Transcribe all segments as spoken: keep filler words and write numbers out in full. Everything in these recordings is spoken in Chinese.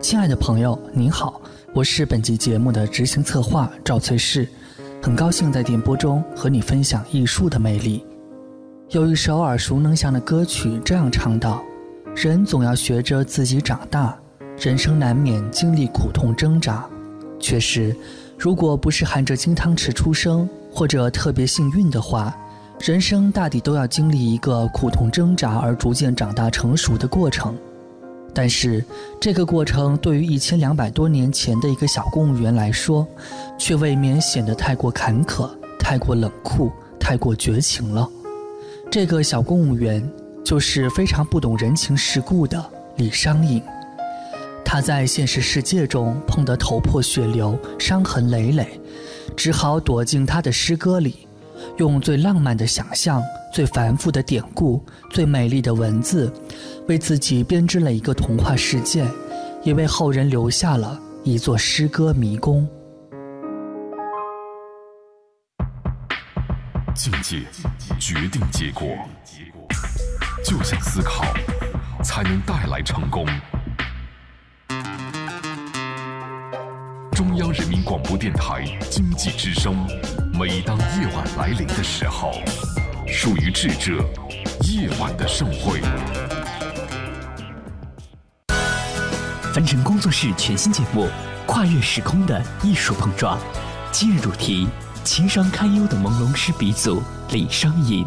亲爱的朋友您好，我是本期节目的执行策划赵翠氏，很高兴在电波中和你分享艺术的魅力。有一首耳熟能详的歌曲这样唱道：人总要学着自己长大，人生难免经历苦痛挣扎。确实，如果不是含着金汤匙出生，或者特别幸运的话，人生大抵都要经历一个苦痛挣扎而逐渐长大成熟的过程。但是这个过程对于一千两百多年前的一个小公务员来说，却未免显得太过坎坷，太过冷酷，太过绝情了。这个小公务员就是非常不懂人情世故的李商隐。他在现实世界中碰得头破血流，伤痕累累，只好躲进他的诗歌里，用最浪漫的想象，最繁复的典故，最美丽的文字，为自己编织了一个童话世界，也为后人留下了一座诗歌迷宫。 境界决定结果，就像思考才能带来成功。中央人民广播电台经济之声，每当夜晚来临的时候，属于智者夜晚的盛会。 凡尘工作室全新节目，跨越时空的艺术碰撞。今日主题：情商堪忧的朦胧诗鼻祖李商隐。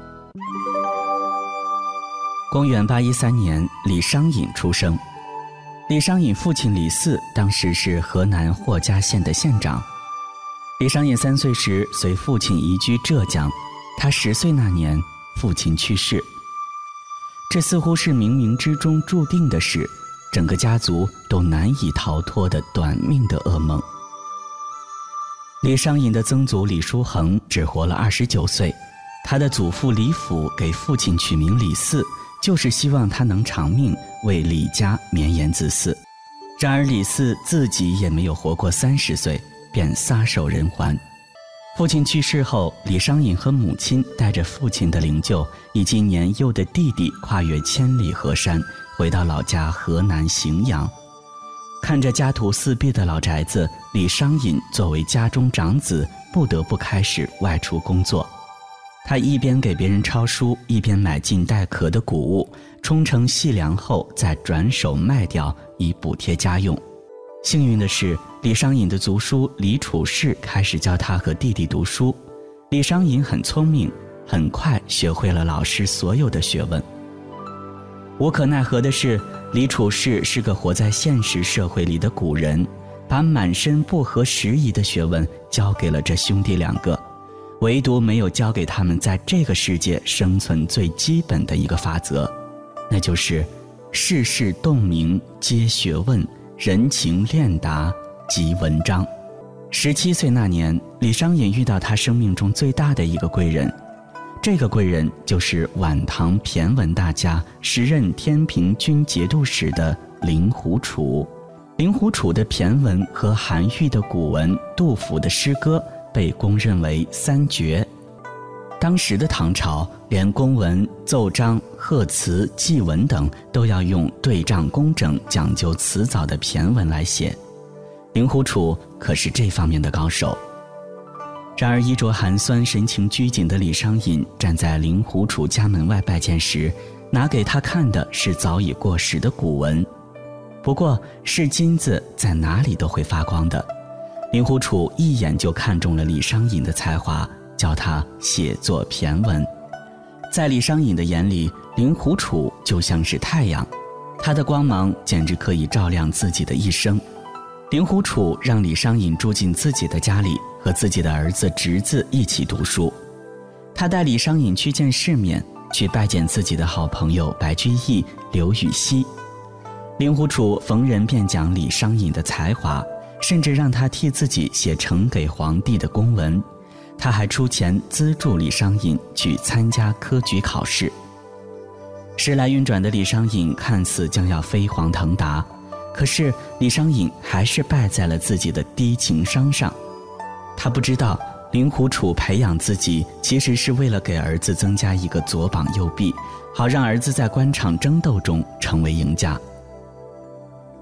公元八一三年，李商隐出生。李商隐父亲李嗣当时是河南霍家县的县长。李商隐三岁时随父亲移居浙江，他十岁那年，父亲去世。这似乎是冥冥之中注定的事，整个家族都难以逃脱的短命的噩梦。李商隐的曾祖李叔衡只活了二十九岁，他的祖父李府给父亲取名李嗣，就是希望他能长命，为李家绵延子嗣。然而李嗣自己也没有活过三十岁，便撒手人寰。父亲去世后，李商隐和母亲带着父亲的灵柩以及年幼的弟弟，跨越千里河山，回到老家河南荥阳。看着家徒四壁的老宅子，李商隐作为家中长子，不得不开始外出工作。他一边给别人抄书，一边买进带壳的谷物，冲成细粮后再转手卖掉，以补贴家用。幸运的是，李商隐的族叔李处士开始教他和弟弟读书。李商隐很聪明，很快学会了老师所有的学问。无可奈何的是，李处士是个活在现实社会里的古人，把满身不合时宜的学问教给了这兄弟两个，唯独没有教给他们在这个世界生存最基本的一个法则，那就是世事洞明皆学问，人情练达即文章。十七岁那年，李商隐遇到他生命中最大的一个贵人，这个贵人就是晚唐骈文大家，时任天平军节度使的令狐楚。令狐楚的骈文和韩愈的古文、杜甫的诗歌被公认为三绝。当时的唐朝，连公文、奏章、贺词、祭文等都要用对仗工整、讲究辞藻的骈文来写。令狐楚可是这方面的高手。然而衣着寒酸、神情拘谨的李商隐站在令狐楚家门外拜见时，拿给他看的是早已过时的古文。不过是金子在哪里都会发光的，令狐楚一眼就看中了李商隐的才华，教他写作骈文。在李商隐的眼里，令狐楚就像是太阳，他的光芒简直可以照亮自己的一生。令狐楚让李商隐住进自己的家里，和自己的儿子侄子一起读书。他带李商隐去见世面，去拜见自己的好朋友白居易、刘禹锡。令狐楚逢人便讲李商隐的才华，甚至让他替自己写呈给皇帝的公文。他还出钱资助李商隐去参加科举考试。时来运转的李商隐看似将要飞黄腾达，可是李商隐还是败在了自己的低情商上。他不知道令狐楚培养自己其实是为了给儿子增加一个左膀右臂，好让儿子在官场争斗中成为赢家。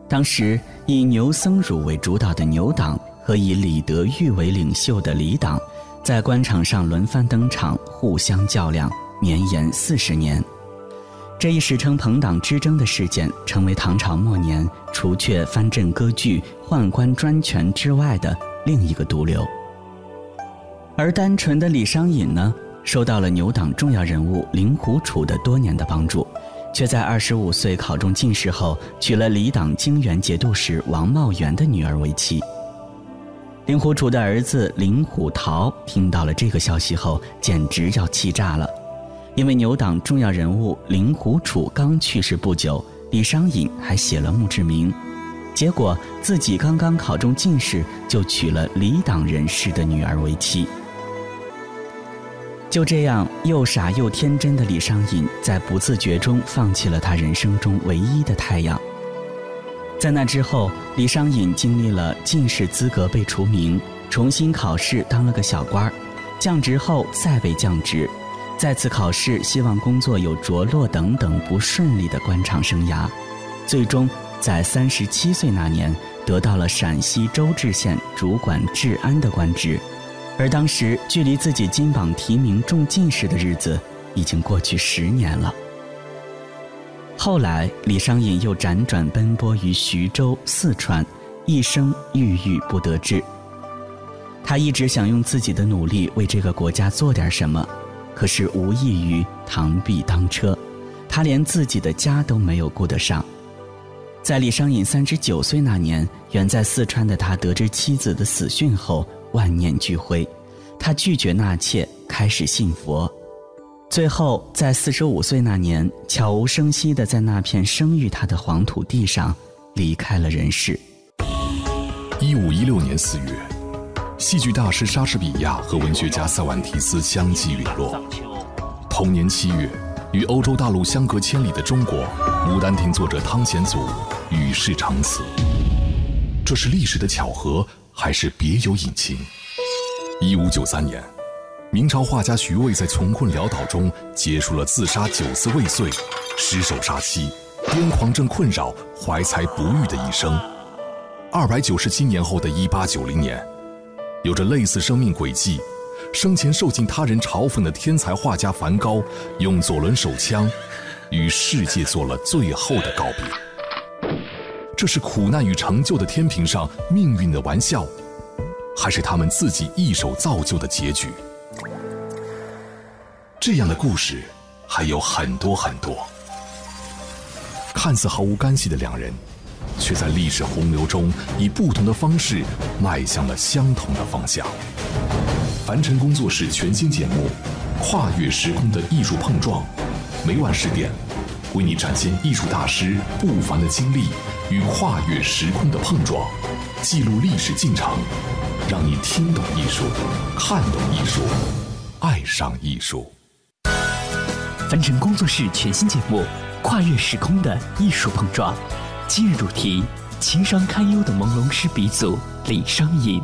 当时以牛僧孺为主导的牛党和以李德裕为领袖的李党，在官场上轮番登场，互相较量，绵延四十年。这一史称朋党之争的事件，成为唐朝末年除却藩镇割据、宦官专权之外的另一个毒瘤。而单纯的李商隐呢，受到了牛党重要人物令狐楚的多年的帮助，却在二十五岁考中进士后，娶了李党泾原节度使王茂元的女儿为妻。令狐楚的儿子令狐桃听到了这个消息后，简直要气炸了。因为牛党重要人物令狐楚刚去世不久，李商隐还写了墓志铭，结果自己刚刚考中进士，就娶了李党人士的女儿为妻。就这样，又傻又天真的李商隐在不自觉中放弃了他人生中唯一的太阳。在那之后，李商隐经历了进士资格被除名，重新考试当了个小官，降职后再被降职，再次考试希望工作有着落等等不顺利的官场生涯，最终在三十七岁那年得到了陕西周至县主管治安的官职。而当时距离自己金榜题名中进士的日子已经过去十年了。后来李商隐又辗转奔波于徐州、四川，一生郁郁不得志。他一直想用自己的努力为这个国家做点什么，可是无异于螳臂当车，他连自己的家都没有顾得上。在李商隐三十九岁那年，远在四川的他得知妻子的死讯后，万念俱灰，他拒绝纳妾，开始信佛。最后在四十五岁那年，悄无声息地在那片生育他的黄土地上离开了人世。 一五一六年四月，戏剧大师莎士比亚和文学家塞万提斯相继陨落。同年七月，与欧洲大陆相隔千里的中国，牡丹亭作者汤显祖与世长辞。这是历史的巧合，还是别有隐情？一五九三年，明朝画家徐渭在穷困潦倒中结束了自杀九次未遂、失手杀妻、癫狂症困扰、怀才不遇的一生。二百九十七年后的一八九零年，有着类似生命轨迹、生前受尽他人嘲讽的天才画家梵高，用左轮手枪与世界做了最后的告别。这是苦难与成就的天平上命运的玩笑，还是他们自己一手造就的结局？这样的故事还有很多很多。看似毫无干系的两人，却在历史洪流中以不同的方式迈向了相同的方向。凡尘工作室全新节目《跨越时空的艺术碰撞》，每晚十点，为你展现艺术大师不凡的经历与跨越时空的碰撞，记录历史进程，让你听懂艺术，看懂艺术，爱上艺术。 凡尘工作室全新节目《跨越时空的艺术碰撞》，今日主题：情商堪忧的朦胧诗鼻祖李商隐。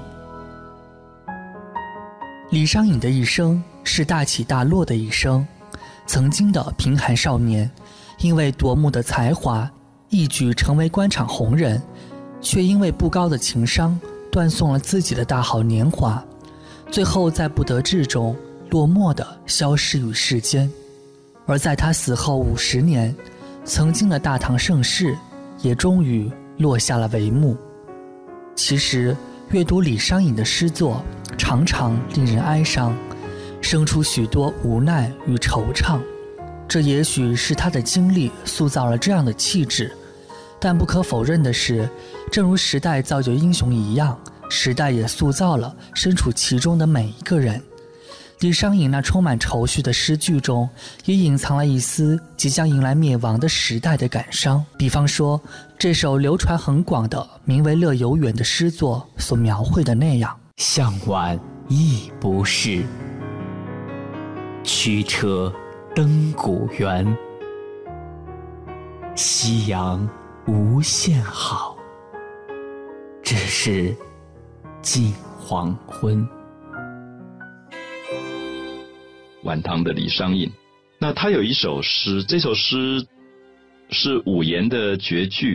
李商隐的一生是大起大落的一生。曾经的贫寒少年，因为夺目的才华，一举成为官场红人，却因为不高的情商，断送了自己的大好年华，最后在不得志中落寞地消失于世间。而在他死后五十年，曾经的大唐盛世也终于落下了帷幕。其实阅读李商隐的诗作，常常令人哀伤，生出许多无奈与惆怅。这也许是他的经历塑造了这样的气质，但不可否认的是，正如时代造就英雄一样，时代也塑造了身处其中的每一个人。李商隐那充满愁绪的诗句中，也隐藏了一丝即将迎来灭亡的时代的感伤。比方说，这首流传很广的名为《乐游原》的诗作所描绘的那样： 向晚意不适，驱车登古原。夕阳无限好，只是近黄昏。 晚唐的李商隐，那他有一首诗，这首诗是五言的绝句，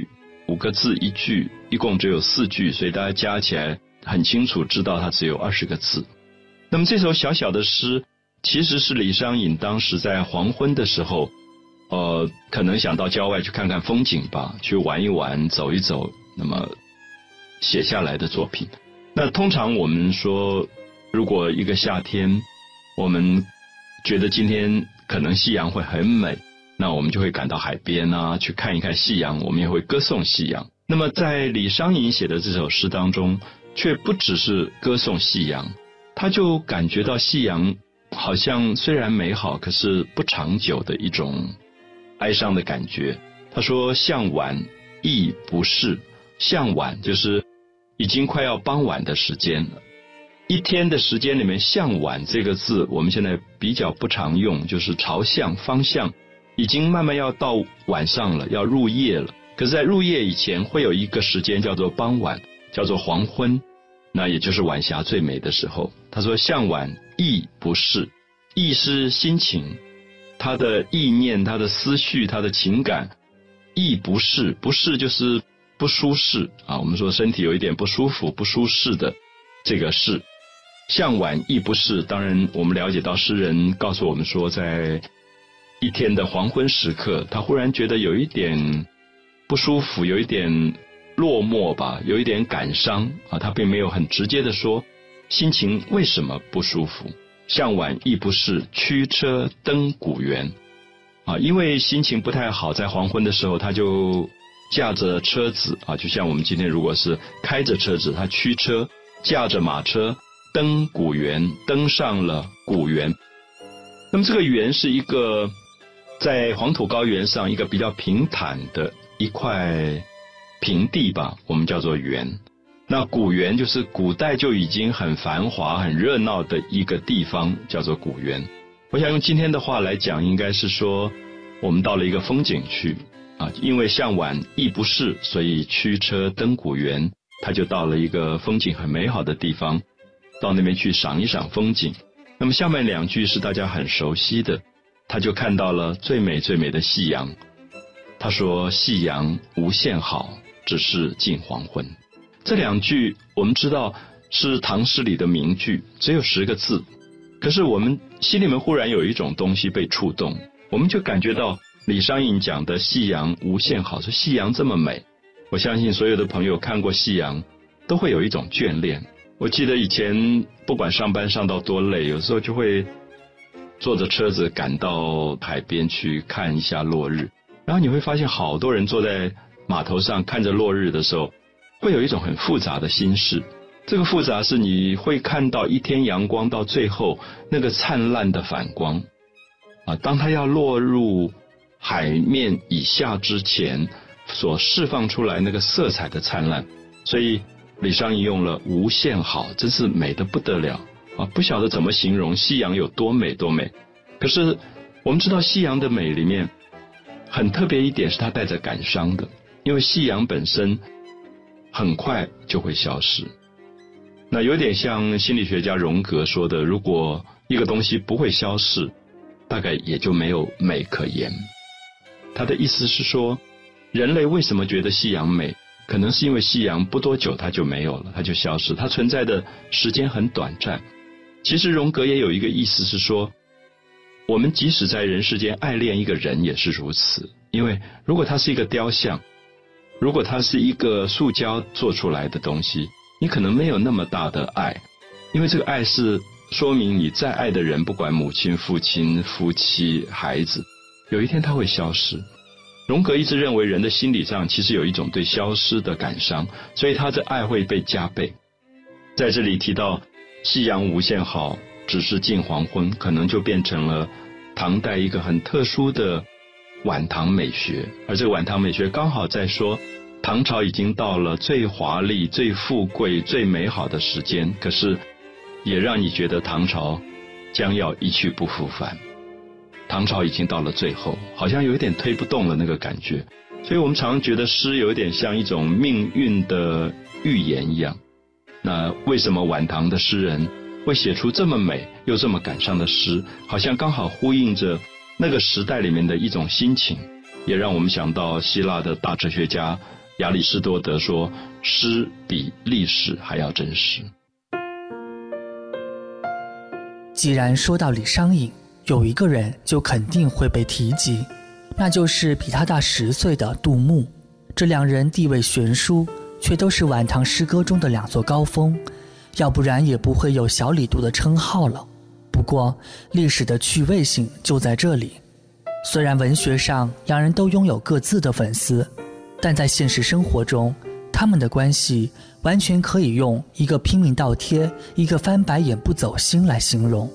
五个字一句，一共只有四句，所以大家加起来很清楚知道它只有二十个字。那么这首小小的诗其实是李商隐当时在黄昏的时候呃，可能想到郊外去看看风景吧，去玩一玩走一走，那么写下来的作品。那通常我们说，如果一个夏天我们觉得今天可能夕阳会很美，那我们就会赶到海边啊，去看一看夕阳，我们也会歌颂夕阳。那么在李商隐写的这首诗当中，却不只是歌颂夕阳，他就感觉到夕阳好像虽然美好，可是不长久的一种哀伤的感觉。他说向晚亦不是，向晚就是已经快要傍晚的时间了。一天的时间里面，向晚这个字我们现在比较不常用，就是朝向方向，已经慢慢要到晚上了，要入夜了。可是在入夜以前会有一个时间叫做傍晚，叫做黄昏，那也就是晚霞最美的时候。他说向晚亦不是，亦是心情，他的意念，他的思绪，他的情感。亦不是，不是就是不舒适啊，我们说身体有一点不舒服不舒适的这个是。向晚亦不是，当然我们了解到诗人告诉我们说，在一天的黄昏时刻，他忽然觉得有一点不舒服，有一点落寞吧，有一点感伤啊，他并没有很直接的说心情为什么不舒服。向晚亦不是，驱车登古原啊，因为心情不太好，在黄昏的时候他就驾着车子啊，就像我们今天如果是开着车子，他驱车驾着马车登古原，登上了古原。那么这个原是一个在黄土高原上一个比较平坦的一块平地吧，我们叫做原。那古原就是古代就已经很繁华很热闹的一个地方，叫做古原。我想用今天的话来讲，应该是说我们到了一个风景区啊，因为向晚亦不是，所以驱车登古原，他就到了一个风景很美好的地方，到那边去赏一赏风景。那么下面两句是大家很熟悉的，他就看到了最美最美的夕阳。他说夕阳无限好，只是近黄昏。这两句我们知道是唐诗里的名句，只有十个字，可是我们心里面忽然有一种东西被触动，我们就感觉到李商隐讲的夕阳无限好，说夕阳这么美，我相信所有的朋友看过夕阳都会有一种眷恋。我记得以前不管上班上到多累，有时候就会坐着车子赶到海边去看一下落日，然后你会发现好多人坐在码头上看着落日的时候，会有一种很复杂的心事。这个复杂是你会看到一天阳光到最后那个灿烂的反光啊，当它要落入海面以下之前所释放出来那个色彩的灿烂。所以李商隐用了无限好，真是美得不得了啊！不晓得怎么形容夕阳有多美多美。可是我们知道夕阳的美里面很特别一点是它带着感伤的，因为夕阳本身很快就会消失。那有点像心理学家荣格说的，如果一个东西不会消逝，大概也就没有美可言。他的意思是说，人类为什么觉得夕阳美，可能是因为夕阳不多久它就没有了，它就消失，它存在的时间很短暂。其实荣格也有一个意思是说，我们即使在人世间爱恋一个人也是如此，因为如果它是一个雕像，如果它是一个塑胶做出来的东西，你可能没有那么大的爱，因为这个爱是说明你再爱的人，不管母亲、父亲、夫妻、孩子，有一天他会消失。荣格一直认为人的心理上其实有一种对消失的感伤，所以他的爱会被加倍。在这里提到夕阳无限好，只是近黄昏，可能就变成了唐代一个很特殊的晚唐美学。而这个晚唐美学刚好在说唐朝已经到了最华丽、最富贵、最美好的时间，可是也让你觉得唐朝将要一去不复返。唐朝已经到了最后，好像有一点推不动了那个感觉。所以我们常常觉得诗有点像一种命运的预言一样。那为什么晚唐的诗人会写出这么美又这么感伤的诗，好像刚好呼应着那个时代里面的一种心情，也让我们想到希腊的大哲学家亚里士多德说，诗比历史还要真实。 既然说到李商隐，有一个人就肯定会被提及，那就是比他大十岁的杜牧。这两人地位悬殊，却都是晚唐诗歌中的两座高峰，要不然也不会有小李杜的称号了。不过历史的趣味性就在这里，虽然文学上两人都拥有各自的粉丝，但在现实生活中，他们的关系完全可以用一个拼命倒贴，一个翻白眼不走心来形容。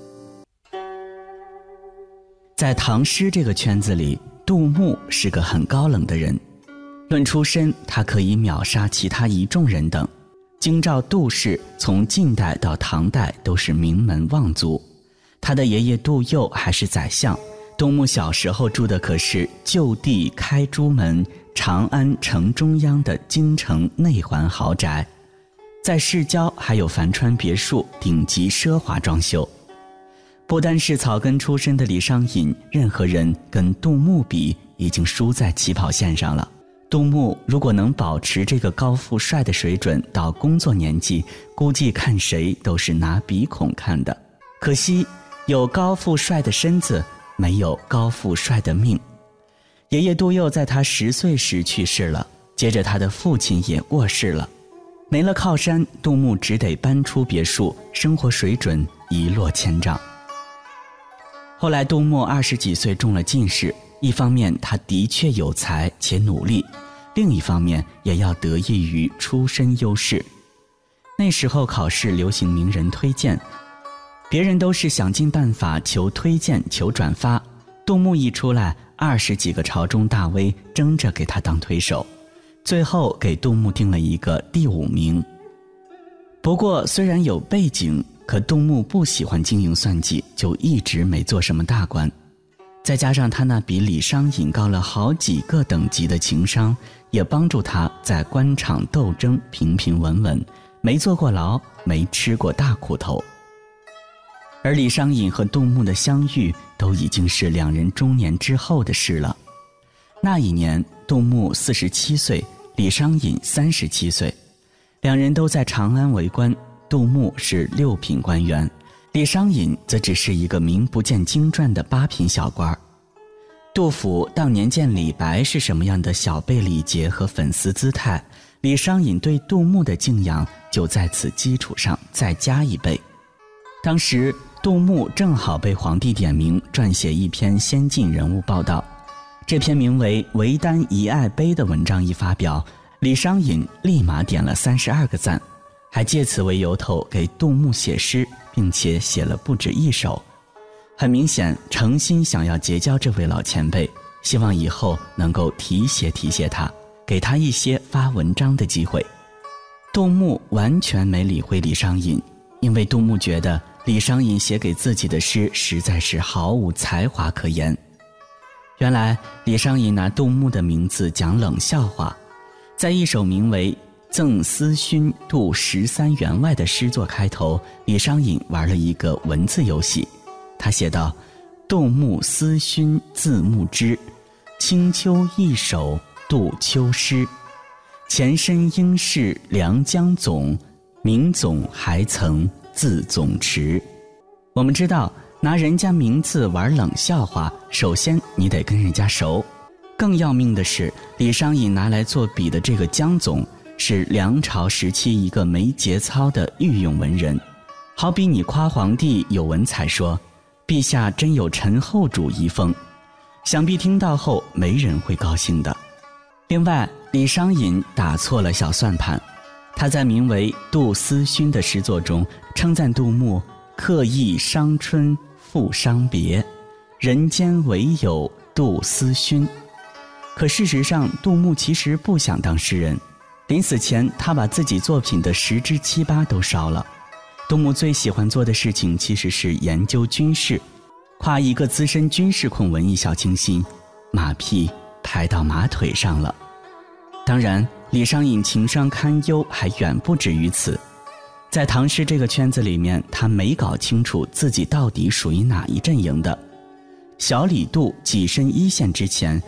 在唐诗这个圈子里，杜牧是个很高冷的人。论出身，他可以秒杀其他一众人等。京兆杜氏从晋代到唐代都是名门望族，他的爷爷杜佑还是宰相。杜牧小时候住的可是就地开朱门、长安城中央的京城内环豪宅，在市郊还有帆船别墅，顶级奢华装修。不单是草根出身的李商隐，任何人跟杜牧比，已经输在起跑线上了。杜牧如果能保持这个高富帅的水准到工作年纪，估计看谁都是拿鼻孔看的。可惜有高富帅的身子，没有高富帅的命。爷爷杜佑在他十岁时去世了，接着他的父亲也过世了，没了靠山，杜牧只得搬出别墅，生活水准一落千丈。后来杜牧二十几岁中了进士，一方面他的确有才且努力，另一方面也要得益于出身优势。那时候考试流行名人推荐，别人都是想尽办法求推荐求转发，杜牧一出来，二十几个朝中大 V 争着给他当推手，最后给杜牧定了一个第五名。不过虽然有背景，可杜牧不喜欢经营算计，就一直没做什么大官。再加上他那比李商隐高了好几个等级的情商，也帮助他在官场斗争平平稳稳，没坐过牢，没吃过大苦头。而李商隐和杜牧的相遇都已经是两人中年之后的事了。那一年杜牧四十七岁，李商隐三十七岁，两人都在长安为官。杜牧是六品官员，李商隐则只是一个名不见经传的八品小官。杜甫当年见李白是什么样的小辈礼节和粉丝姿态，李商隐对杜牧的敬仰就在此基础上再加一倍。当时杜牧正好被皇帝点名撰写一篇先进人物报道，这篇名为《唯丹遗爱碑》的文章一发表，李商隐立马点了三十二个赞，还借此为由头给杜牧写诗，并且写了不止一首。很明显诚心想要结交这位老前辈，希望以后能够提携提携他，给他一些发文章的机会。杜牧完全没理会李商隐，因为杜牧觉得李商隐写给自己的诗实在是毫无才华可言。原来李商隐拿杜牧的名字讲冷笑话，在一首名为《赠思勋杜十三员外》的诗作开头，李商隐玩了一个文字游戏。他写道：杜牧思勋字牧之，清秋一首杜秋诗。前身应是梁江总，明总还曾字总持。我们知道拿人家名字玩冷笑话，首先你得跟人家熟。更要命的是，李商隐拿来做比的这个江总是梁朝时期一个没节操的御用文人。好比你夸皇帝有文采，说陛下真有陈后主遗风，想必听到后没人会高兴的。另外李商隐打错了小算盘，他在名为《杜思勋》的诗作中称赞杜牧刻意伤春复伤别，人间唯有杜思勋。可事实上杜牧其实不想当诗人，临死前他把自己作品的十之七八都烧了。杜牧最喜欢做的事情其实是研究军事，夸一个资深军事控文艺小清新，马屁拍到马腿上了。当然李商隐情商堪忧还远不止于此，在唐诗这个圈子里面，他没搞清楚自己到底属于哪一阵营的。小李杜跻身一线之前，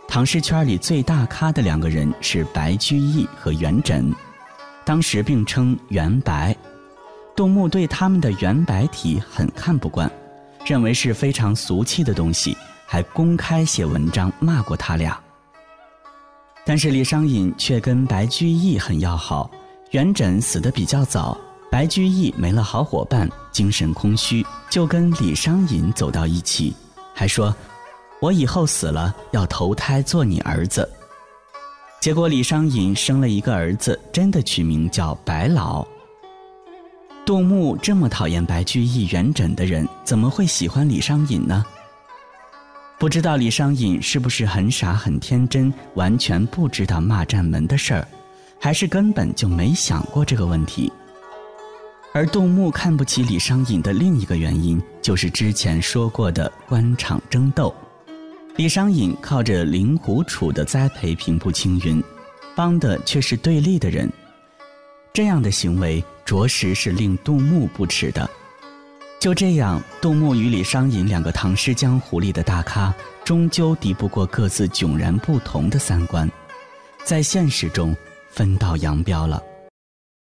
唐诗圈里最大咖的两个人是白居易和元稹，当时并称元白。杜牧对他们的元白体很看不惯，认为是非常俗气的东西，还公开写文章骂过他俩。但是李商隐却跟白居易很要好，元稹死得比较早，白居易没了好伙伴，精神空虚，就跟李商隐走到一起，还说我以后死了要投胎做你儿子。结果李商隐生了一个儿子，真的取名叫白老。杜牧这么讨厌白居易、元稹的人，怎么会喜欢李商隐呢？不知道李商隐是不是很傻很天真，完全不知道骂战门的事儿，还是根本就没想过这个问题。而杜牧看不起李商隐的另一个原因，就是之前说过的官场争斗。李商隐靠着令狐楚的栽培平步青云，帮的却是对立的人，这样的行为着实是令杜牧不齿的。就这样，杜牧与李商隐两个唐诗江湖里的大咖，终究敌不过各自迥然不同的三观，在现实中分道扬镳了。